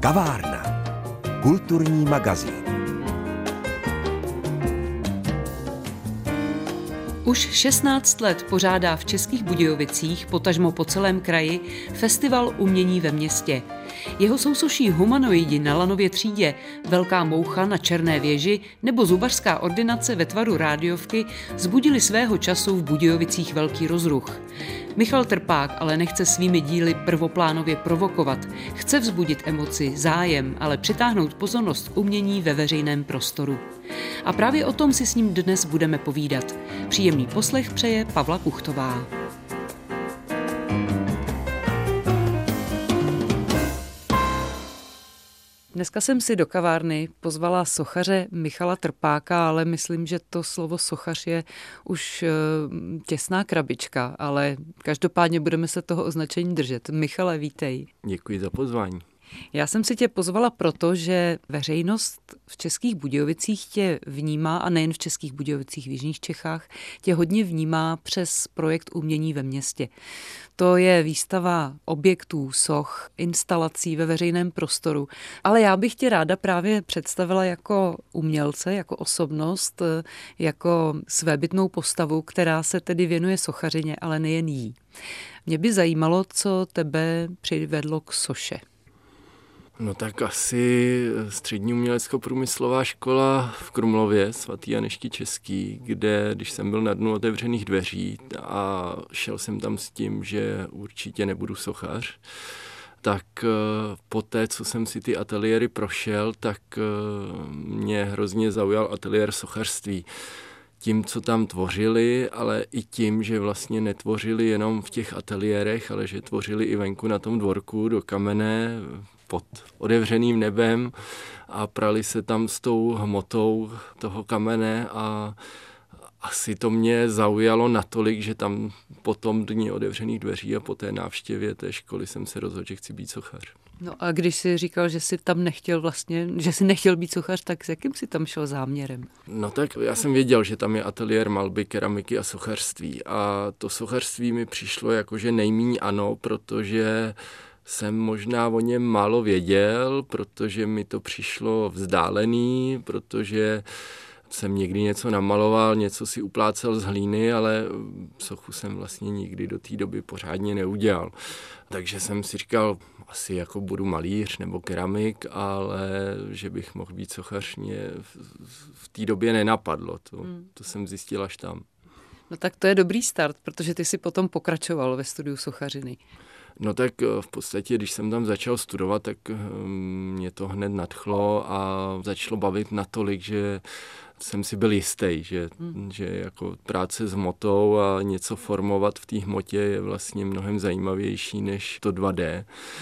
Kavárna. Kulturní magazín. Už 16 let pořádá v Českých Budějovicích, potažmo po celém kraji, festival umění ve městě. Jeho sousoší Humanoidi na Lanově třídě, Velká moucha na Černé věži nebo zubařská ordinace ve tvaru rádiovky vzbudili svého času v Budějovicích velký rozruch. Michal Trpák ale nechce svými díly prvoplánově provokovat. Chce vzbudit emoci, zájem, ale přitáhnout pozornost k umění ve veřejném prostoru. A právě o tom si s ním dnes budeme povídat. Příjemný poslech přeje Pavla Puchtová. Dneska jsem si do kavárny pozvala sochaře Michala Trpáka, ale myslím, že to slovo sochař je už těsná krabička, ale každopádně budeme se toho označení držet. Michale, vítej. Děkuji za pozvání. Já jsem si tě pozvala proto, že veřejnost v Českých Budějovicích tě vnímá, a nejen v Českých Budějovicích, v jižních Čechách, tě hodně vnímá přes projekt Umění ve městě. To je výstava objektů, soch, instalací ve veřejném prostoru. Ale já bych tě ráda právě představila jako umělce, jako osobnost, jako svébytnou postavu, která se tedy věnuje sochařině, ale nejen jí. Mě by zajímalo, co tebe přivedlo k soše. No tak asi střední umělecko-průmyslová škola v Krumlově, svatý Anežky Český, kde, když jsem byl na dnu otevřených dveří a šel jsem tam s tím, že určitě nebudu sochař, tak poté, co jsem si ty ateliéry prošel, tak mě hrozně zaujal ateliér sochařství. Tím, co tam tvořili, ale i tím, že vlastně netvořili jenom v těch ateliérech, ale že tvořili i venku na tom dvorku do kamene, pod otevřeným nebem a prali se tam s tou hmotou toho kamene a asi to mě zaujalo natolik, že tam po tom dni otevřených dveří a po té návštěvě té školy jsem se rozhodl, že chci být sochař. No a když jsi říkal, že jsi tam nechtěl vlastně, že jsi nechtěl být sochař, tak s jakým jsi tam šel záměrem? No tak já jsem věděl, že tam je ateliér malby, keramiky a sochařství a to sochařství mi přišlo jakože nejméně ano, protože jsem možná o něm málo věděl, protože mi to přišlo vzdálený, protože jsem někdy něco namaloval, něco si uplácel z hlíny, ale sochu jsem vlastně nikdy do té doby pořádně neudělal. Takže jsem si říkal, asi jako budu malíř nebo keramik, ale že bych mohl být sochař, mě v té době nenapadlo. To jsem zjistil až tam. No tak to je dobrý start, protože ty si potom pokračoval ve studiu sochařiny. No tak v podstatě, když jsem tam začal studovat, tak mě to hned nadchlo a začalo bavit natolik, že jsem si byl jistý, že jako práce s hmotou a něco formovat v té hmotě je vlastně mnohem zajímavější než to 2D.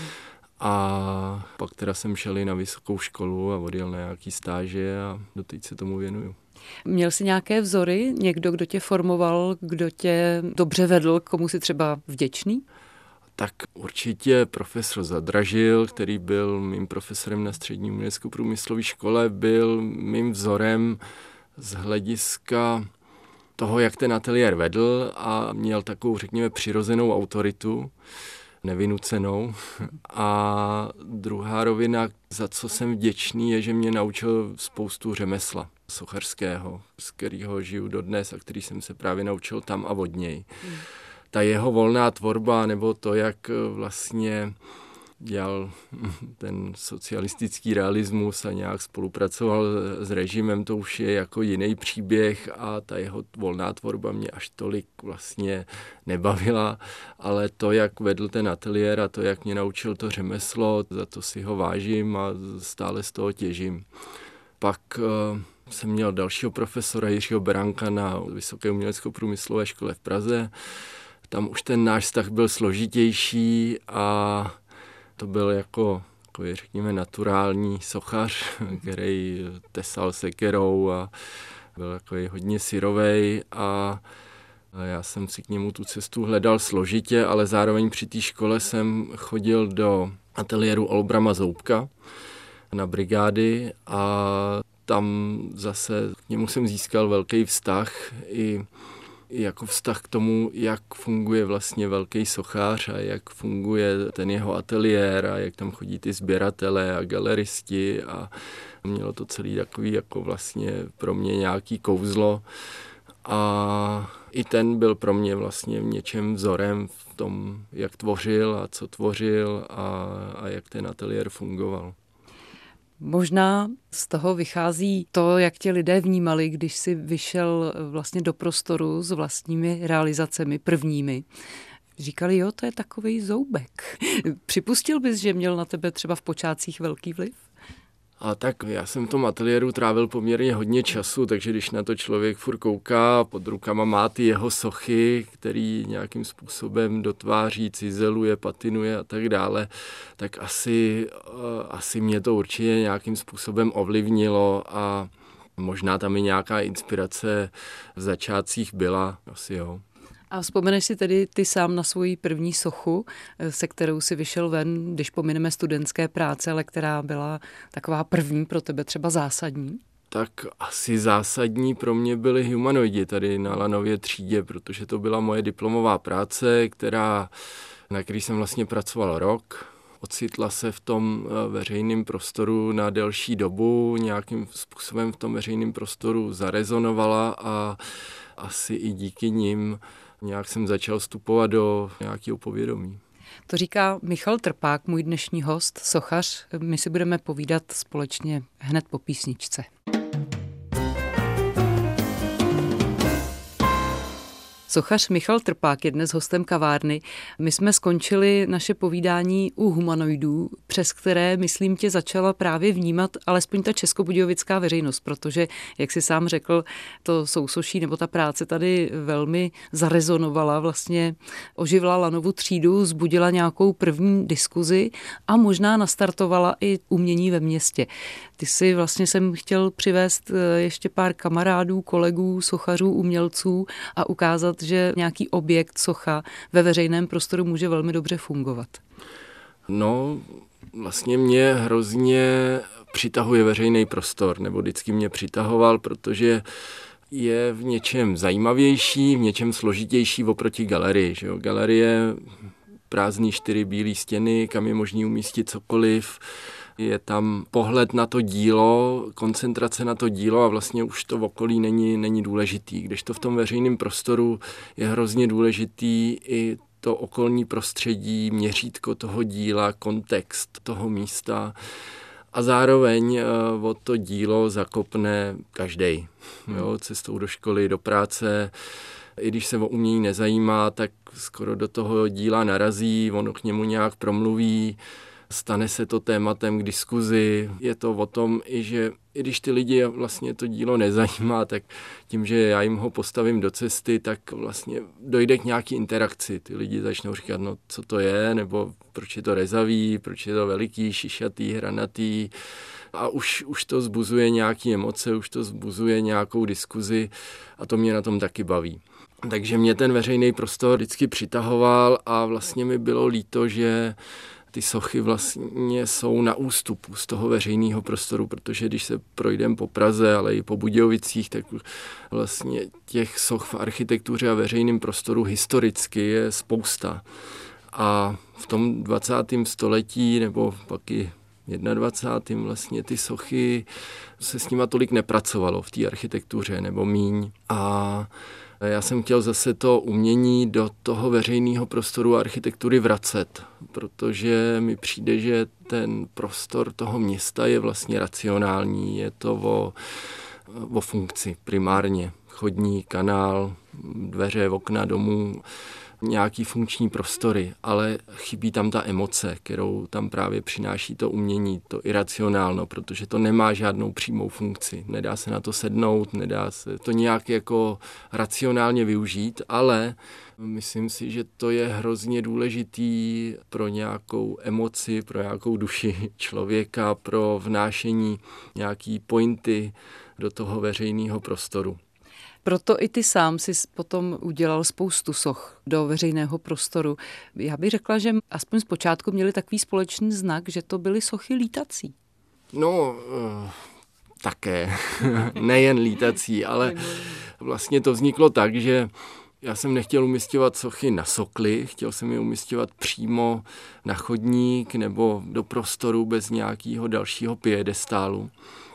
A pak teda jsem šel i na vysokou školu a odjel na nějaký stáže a doteď se tomu věnuju. Měl jsi nějaké vzory? Někdo, kdo tě formoval, kdo tě dobře vedl, komu jsi třeba vděčný? Tak určitě profesor Zadražil, který byl mým profesorem na střední umělecko-průmyslové škole, byl mým vzorem z hlediska toho, jak ten ateliér vedl a měl takovou, řekněme, přirozenou autoritu, nevynucenou. A druhá rovina, za co jsem vděčný, je, že mě naučil spoustu řemesla sochařského, z kterého žiju dodnes a který jsem se právě naučil tam a od něj. Ta jeho volná tvorba, nebo to, jak vlastně dělal ten socialistický realismus a nějak spolupracoval s režimem, to už je jako jiný příběh a ta jeho volná tvorba mě až tolik vlastně nebavila, ale to, jak vedl ten ateliér a to, jak mě naučil to řemeslo, za to si ho vážím a stále z toho těžím. Pak jsem měl dalšího profesora Jiřího Beránka na Vysoké umělecko-průmyslové škole v Praze. Tam už ten náš vztah byl složitější a to byl jako řekněme, naturální sochař, který tesal sekerou a byl takový hodně syrovej a já jsem si k němu tu cestu hledal složitě, ale zároveň při té škole jsem chodil do ateliéru Olbrama Zoubka na brigády a tam zase k němu jsem získal velký vztah i jako vztah k tomu, jak funguje vlastně velký sochař a jak funguje ten jeho ateliér a jak tam chodí ty sběratelé a galeristi a mělo to celý takový jako vlastně pro mě nějaký kouzlo a i ten byl pro mě vlastně v něčem vzorem v tom, jak tvořil a co tvořil a jak ten ateliér fungoval. Možná z toho vychází to, jak tě lidé vnímali, když jsi vyšel vlastně do prostoru s vlastními realizacemi prvními. Říkali, jo, to je takovej zoubek. Připustil bys, že měl na tebe třeba v počátcích velký vliv? A tak já jsem v tom ateliéru trávil poměrně hodně času, takže když na to člověk furt kouká, pod rukama má ty jeho sochy, který nějakým způsobem dotváří, cizeluje, patinuje a tak dále, tak asi mě to určitě nějakým způsobem ovlivnilo a možná tam i nějaká inspirace v začátcích byla, asi jo. A vzpomeneš si tedy ty sám na svoji první sochu, se kterou si vyšel ven, když pomineme studentské práce, ale která byla taková první pro tebe třeba zásadní? Tak asi zásadní pro mě byly humanoidi tady na Lanově třídě, protože to byla moje diplomová práce, na který jsem vlastně pracoval rok. Ocitla se v tom veřejném prostoru na delší dobu, nějakým způsobem v tom veřejném prostoru zarezonovala a asi i díky nim nějak jsem začal vstupovat do nějakého povědomí. To říká Michal Trpák, můj dnešní host, sochař. My si budeme povídat společně hned po písničce. Sochař Michal Trpák je dnes hostem kavárny. My jsme skončili naše povídání u humanoidů, přes které, myslím, tě začala právě vnímat alespoň ta českobudějovická veřejnost, protože, jak jsi sám řekl, to sousoší nebo ta práce tady velmi zarezonovala, vlastně oživila Lanovu třídu, vzbudila nějakou první diskuzi a možná nastartovala i umění ve městě. Ty si vlastně jsem chtěl přivést ještě pár kamarádů, kolegů, sochařů, umělců a ukázat, že nějaký objekt, socha ve veřejném prostoru může velmi dobře fungovat. No, vlastně mě hrozně přitahuje veřejný prostor, nebo vždycky mě přitahoval, protože je v něčem zajímavější, v něčem složitější oproti galerii. Že jo? Galerie, prázdný 4 bílé stěny, kam je možný umístit cokoliv, je tam pohled na to dílo, koncentrace na to dílo a vlastně už to v okolí není důležitý. Kdežto v tom veřejném prostoru je hrozně důležitý i to okolní prostředí, měřítko toho díla, kontext toho místa a zároveň o to dílo zakopne každej. Jo, cestou do školy, do práce. I když se o umění nezajímá, tak skoro do toho díla narazí, ono k němu nějak promluví, stane se to tématem k diskuzi. Je to o tom, že i když ty lidi vlastně to dílo nezajímá, tak tím, že já jim ho postavím do cesty, tak vlastně dojde k nějaký interakci. Ty lidi začnou říkat, no co to je, nebo proč je to rezavý, proč je to veliký, šišatý, hranatý. A už to vzbuzuje nějaké emoce, už to vzbuzuje nějakou diskuzi a to mě na tom taky baví. Takže mě ten veřejný prostor vždycky přitahoval a vlastně mi bylo líto, že ty sochy vlastně jsou na ústupu z toho veřejného prostoru, protože když se projdeme po Praze, ale i po Budějovicích, tak vlastně těch soch v architektuře a veřejném prostoru historicky je spousta. A v tom 20. století nebo pak i 21. vlastně ty sochy se s nima tolik nepracovalo v té architektuře nebo míň. A já jsem chtěl zase to umění do toho veřejného prostoru a architektury vracet, protože mi přijde, že ten prostor toho města je vlastně racionální, je to o funkci primárně. Chodník, kanál, dveře, okna domů, nějaký funkční prostory, ale chybí tam ta emoce, kterou tam právě přináší to umění, to iracionálno, protože to nemá žádnou přímou funkci. Nedá se na to sednout, nedá se to nějak jako racionálně využít, ale myslím si, že to je hrozně důležitý pro nějakou emoci, pro nějakou duši člověka, pro vnášení nějaký pointy do toho veřejného prostoru. Proto i ty sám si potom udělal spoustu soch do veřejného prostoru. Já bych řekla, že aspoň zpočátku měli takový společný znak, že to byly sochy lítací. No, také. Nejen lítací, ale Vlastně to vzniklo tak, že já jsem nechtěl umisťovat sochy na sokly, chtěl jsem je umisťovat přímo na chodník nebo do prostoru bez nějakého dalšího piedestálu.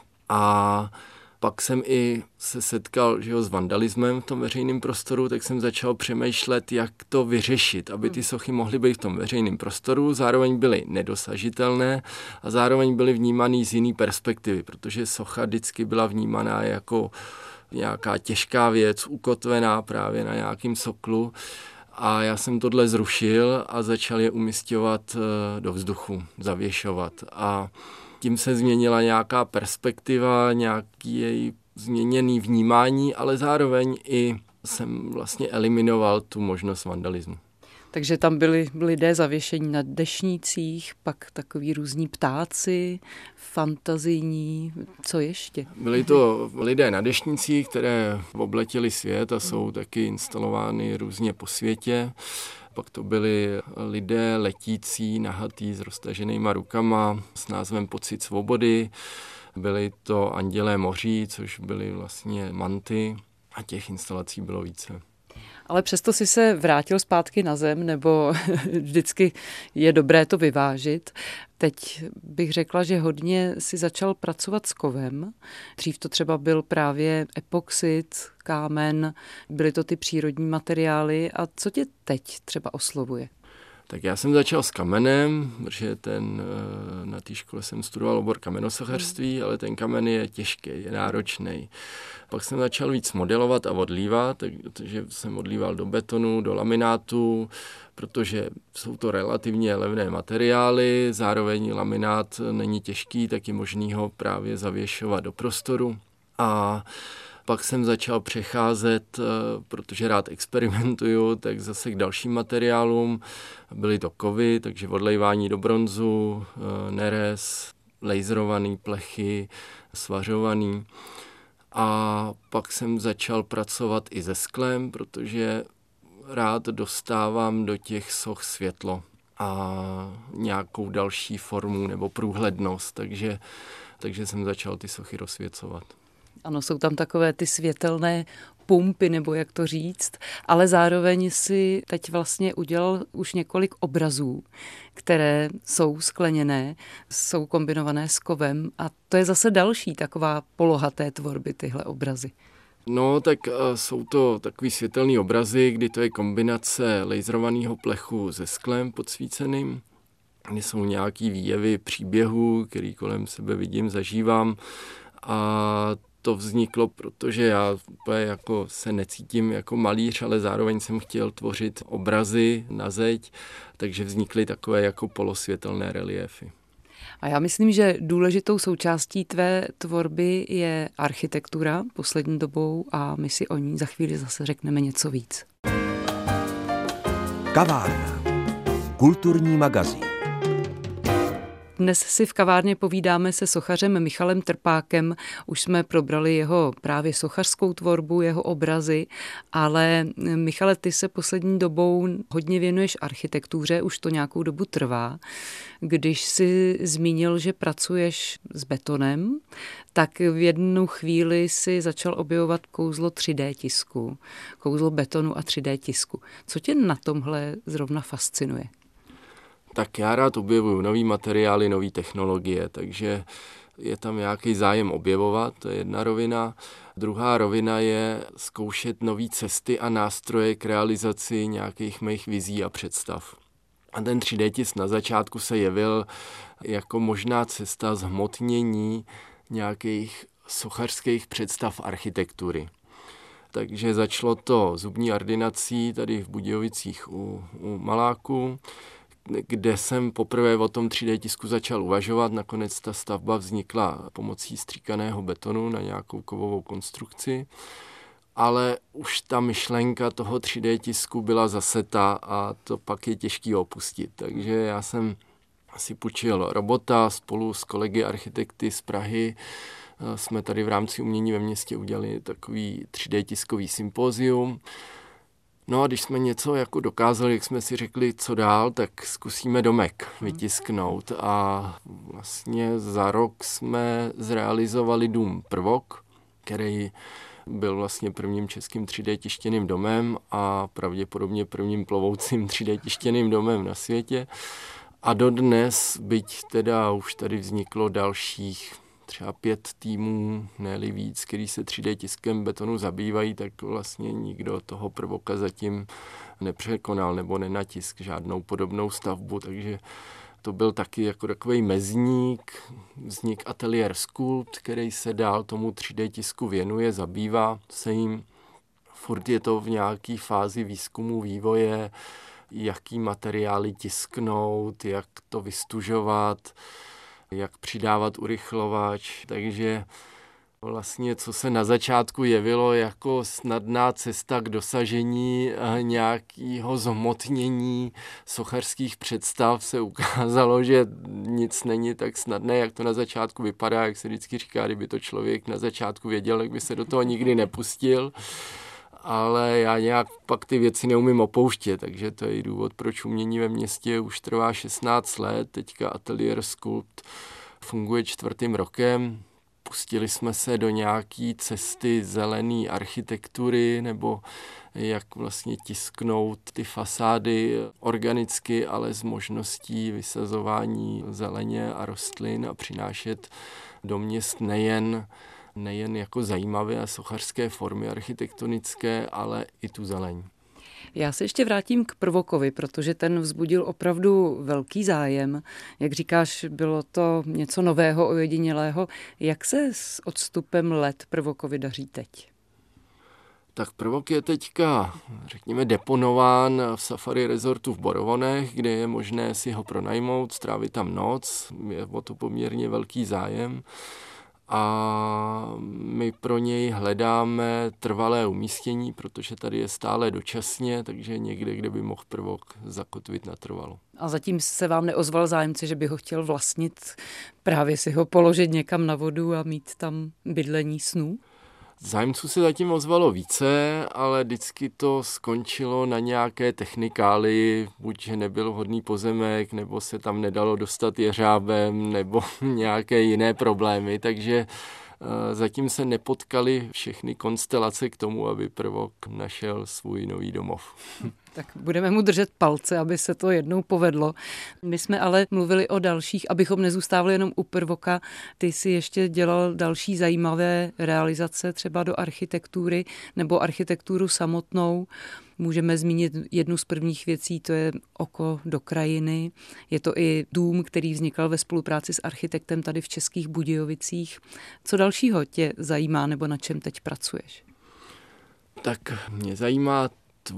A pak jsem i se setkal s vandalismem v tom veřejném prostoru, tak jsem začal přemýšlet, jak to vyřešit, aby ty sochy mohly být v tom veřejném prostoru, zároveň byly nedosažitelné a zároveň byly vnímané z jiné perspektivy, protože socha vždycky byla vnímaná jako nějaká těžká věc, ukotvená právě na nějakým soklu. A já jsem tohle zrušil a začal je umisťovat do vzduchu, zavěšovat. A tím se změnila nějaká perspektiva, nějaký její změněný vnímání, ale zároveň i jsem vlastně eliminoval tu možnost vandalismu. Takže tam byli lidé zavěšení na deštnících, pak takový různí ptáci, fantazijní, co ještě? Byli to lidé na deštnicích, které obletěli svět a jsou taky instalovány různě po světě. Pak to byli lidé letící, nahatý s roztaženýma rukama s názvem Pocit svobody. Byli to andělé moří, což byly vlastně manty a těch instalací bylo více. Ale přesto si se vrátil zpátky na zem, nebo vždycky je dobré to vyvážit. Teď bych řekla, že hodně si začal pracovat s kovem. Dřív to třeba byl právě epoxid, kámen, byly to ty přírodní materiály. A co tě teď třeba oslovuje? Tak já jsem začal s kamenem, protože na té škole jsem studoval obor kamenosochařství, ale ten kamen je těžký, je náročný. Pak jsem začal víc modelovat a odlívat, takže jsem odlíval do betonu, do laminátu, protože jsou to relativně levné materiály, zároveň laminát není těžký, tak je možný ho právě zavěšovat do prostoru. A pak jsem začal přecházet, protože rád experimentuju, tak zase k dalším materiálům. Byly to kovy, takže odlejvání do bronzu, nerez, laserovaný plechy, svařovaný. A pak jsem začal pracovat i se sklem, protože rád dostávám do těch soch světlo a nějakou další formu nebo průhlednost, takže jsem začal ty sochy rozsvěcovat. Ano, jsou tam takové ty světelné pumpy, nebo jak to říct, ale zároveň si teď vlastně udělal už několik obrazů, které jsou skleněné, jsou kombinované s kovem a to je zase další taková poloha té tvorby, tyhle obrazy. No, tak jsou to takový světelný obrazy, kdy to je kombinace laserovaného plechu se sklem podsvíceným, kdy jsou nějaký výjevy příběhů, který kolem sebe vidím, zažívám a to vzniklo, protože já jako se necítím jako malíř, ale zároveň jsem chtěl tvořit obrazy na zeď, takže vznikly takové jako polosvětelné reliéfy. A já myslím, že důležitou součástí tvé tvorby je architektura poslední dobou a my si o ní za chvíli zase řekneme něco víc. Kavárna. Kulturní magazín. Dnes si v kavárně povídáme se sochařem Michalem Trpákem. Už jsme probrali jeho právě sochařskou tvorbu, jeho obrazy, ale Michale, ty se poslední dobou hodně věnuješ architektuře, už to nějakou dobu trvá. Když jsi zmínil, že pracuješ s betonem, tak v jednu chvíli si začal objevovat kouzlo 3D tisku, kouzlo betonu a 3D tisku. Co tě na tomhle zrovna fascinuje? Tak já rád objevuju nový materiály, nové technologie, takže je tam nějaký zájem objevovat, to je jedna rovina. Druhá rovina je zkoušet nové cesty a nástroje k realizaci nějakých mých vizí a představ. A ten 3D tisk na začátku se jevil jako možná cesta zhmotnění nějakých sochařských představ architektury. Takže začalo to zubní ordinací tady v Budějovicích u Maláku, kde jsem poprvé o tom 3D tisku začal uvažovat. Nakonec ta stavba vznikla pomocí stříkaného betonu na nějakou kovovou konstrukci. Ale už ta myšlenka toho 3D tisku byla zaseta a to pak je těžký opustit. Takže já jsem si půjčil robota spolu s kolegy architekty z Prahy. Jsme tady v rámci Umění ve městě udělali takový 3D tiskový sympózium. No a když jsme něco jako dokázali, jak jsme si řekli, co dál, tak zkusíme domek vytisknout. A vlastně za rok jsme zrealizovali dům Prvok, který Byl vlastně prvním českým 3D tištěným domem a pravděpodobně prvním plovoucím 3D tištěným domem na světě. A dodnes, byť teda už tady vzniklo dalších třeba 5 týmů, ne-li víc, který se 3D tiskem betonu zabývají, tak vlastně nikdo toho prvoka zatím nepřekonal nebo nenatisk žádnou podobnou stavbu, takže to byl taky jako takový mezník, vznik ateliér Sculpt, který se dál tomu 3D tisku věnuje, zabývá se jim. Furt je to v nějaké fázi výzkumu, vývoje, jaký materiály tisknout, jak to vystužovat, jak přidávat urychlovač, takže vlastně, co se na začátku jevilo jako snadná cesta k dosažení nějakého zhmotnění sochařských představ, se ukázalo, že nic není tak snadné, jak to na začátku vypadá, jak se vždycky říká, kdyby to člověk na začátku věděl, tak by se do toho nikdy nepustil. Ale já nějak pak ty věci neumím opouštět, takže to je i důvod, proč umění ve městě už trvá 16 let. Teďka ateliér Sculpt funguje 4. rokem. Pustili jsme se do nějaký cesty zelené architektury, nebo jak vlastně tisknout ty fasády organicky, ale s možností vysazování zeleně a rostlin a přinášet do měst nejen jako zajímavé a sochařské formy architektonické, ale i tu zeleň. Já se ještě vrátím k prvokovi, protože ten vzbudil opravdu velký zájem. Jak říkáš, bylo to něco nového, ojedinělého. Jak se s odstupem let prvokovi daří teď? Tak prvok je teďka, řekněme, deponován v Safari Resortu v Borovonech, kde je možné si ho pronajmout, strávit tam noc. Je o to poměrně velký zájem. A my pro něj hledáme trvalé umístění, protože tady je stále dočasně, takže někde, kde by mohl prvok zakotvit natrvalo. A zatím se vám neozval zájemce, že by ho chtěl vlastnit, právě si ho položit někam na vodu a mít tam bydlení snů? Zájemců se zatím ozvalo více, ale vždycky to skončilo na nějaké technikály, buď že nebyl vhodný pozemek, nebo se tam nedalo dostat jeřábem, nebo nějaké jiné problémy, takže zatím se nepotkaly všechny konstelace k tomu, aby prvok našel svůj nový domov. Tak budeme mu držet palce, aby se to jednou povedlo. My jsme ale mluvili o dalších, abychom nezůstávali jenom u prvoka. Ty si ještě dělal další zajímavé realizace třeba do architektury nebo architekturu samotnou. Můžeme zmínit jednu z prvních věcí, to je Oko do krajiny. Je to i dům, který vznikal ve spolupráci s architektem tady v Českých Budějovicích. Co dalšího tě zajímá nebo na čem teď pracuješ? Tak mě zajímá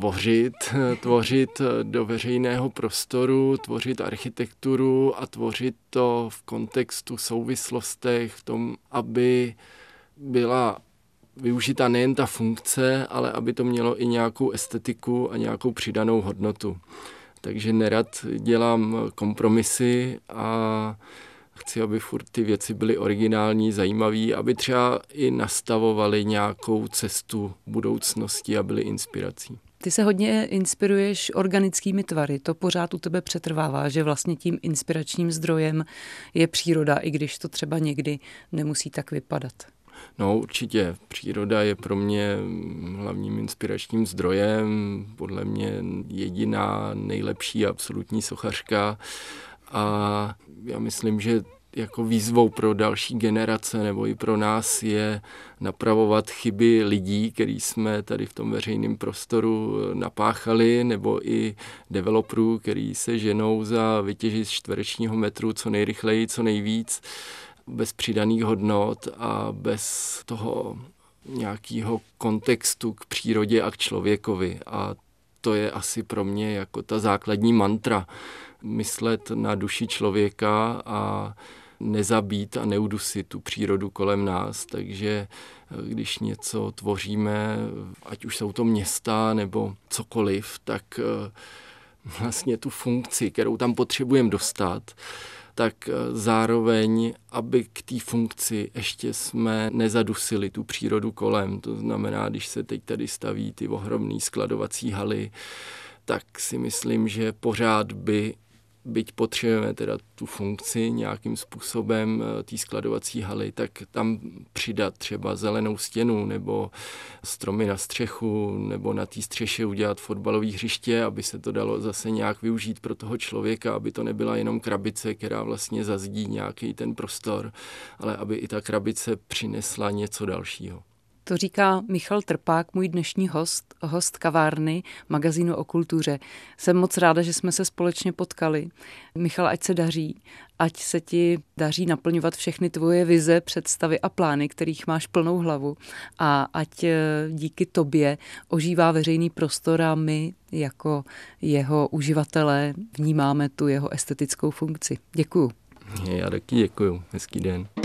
tvořit do veřejného prostoru, tvořit architekturu a tvořit to v kontextu souvislostech, v tom, aby byla využita nejen ta funkce, ale aby to mělo i nějakou estetiku a nějakou přidanou hodnotu. Takže nerad dělám kompromisy a chci, aby furt ty věci byly originální, zajímavé, aby třeba i nastavovaly nějakou cestu budoucnosti a byly inspirací. Ty se hodně inspiruješ organickými tvary, to pořád u tebe přetrvává, že vlastně tím inspiračním zdrojem je příroda, i když to třeba někdy nemusí tak vypadat. No určitě, příroda je pro mě hlavním inspiračním zdrojem, podle mě jediná nejlepší absolutní sochařka a já myslím, že jako výzvou pro další generace nebo i pro nás je napravovat chyby lidí, který jsme tady v tom veřejném prostoru napáchali, nebo i developerů, který se ženou za vytěžit čtverečního metru co nejrychleji, co nejvíc, bez přidaných hodnot a bez toho nějakého kontextu k přírodě a k člověkovi. A to je asi pro mě jako ta základní mantra. Myslet na duši člověka a nezabít a neudusit tu přírodu kolem nás. Takže když něco tvoříme, ať už jsou to města nebo cokoliv, tak vlastně tu funkci, kterou tam potřebujeme dostat, tak zároveň, aby k té funkci ještě jsme nezadusili tu přírodu kolem. To znamená, když se teď tady staví ty ohromné skladovací haly, tak si myslím, že pořád by byť potřebujeme teda tu funkci nějakým způsobem té skladovací haly, tak tam přidat třeba zelenou stěnu nebo stromy na střechu nebo na té střeše udělat fotbalové hřiště, aby se to dalo zase nějak využít pro toho člověka, aby to nebyla jenom krabice, která vlastně zazdí nějaký ten prostor, ale aby i ta krabice přinesla něco dalšího. To říká Michal Trpák, můj dnešní host kavárny, magazínu o kultuře. Jsem moc ráda, že jsme se společně potkali. Michal, ať se daří, ať se ti daří naplňovat všechny tvoje vize, představy a plány, kterých máš plnou hlavu, a ať díky tobě ožívá veřejný prostor a my jako jeho uživatelé vnímáme tu jeho estetickou funkci. Děkuju. Já taky děkuju. Hezký den.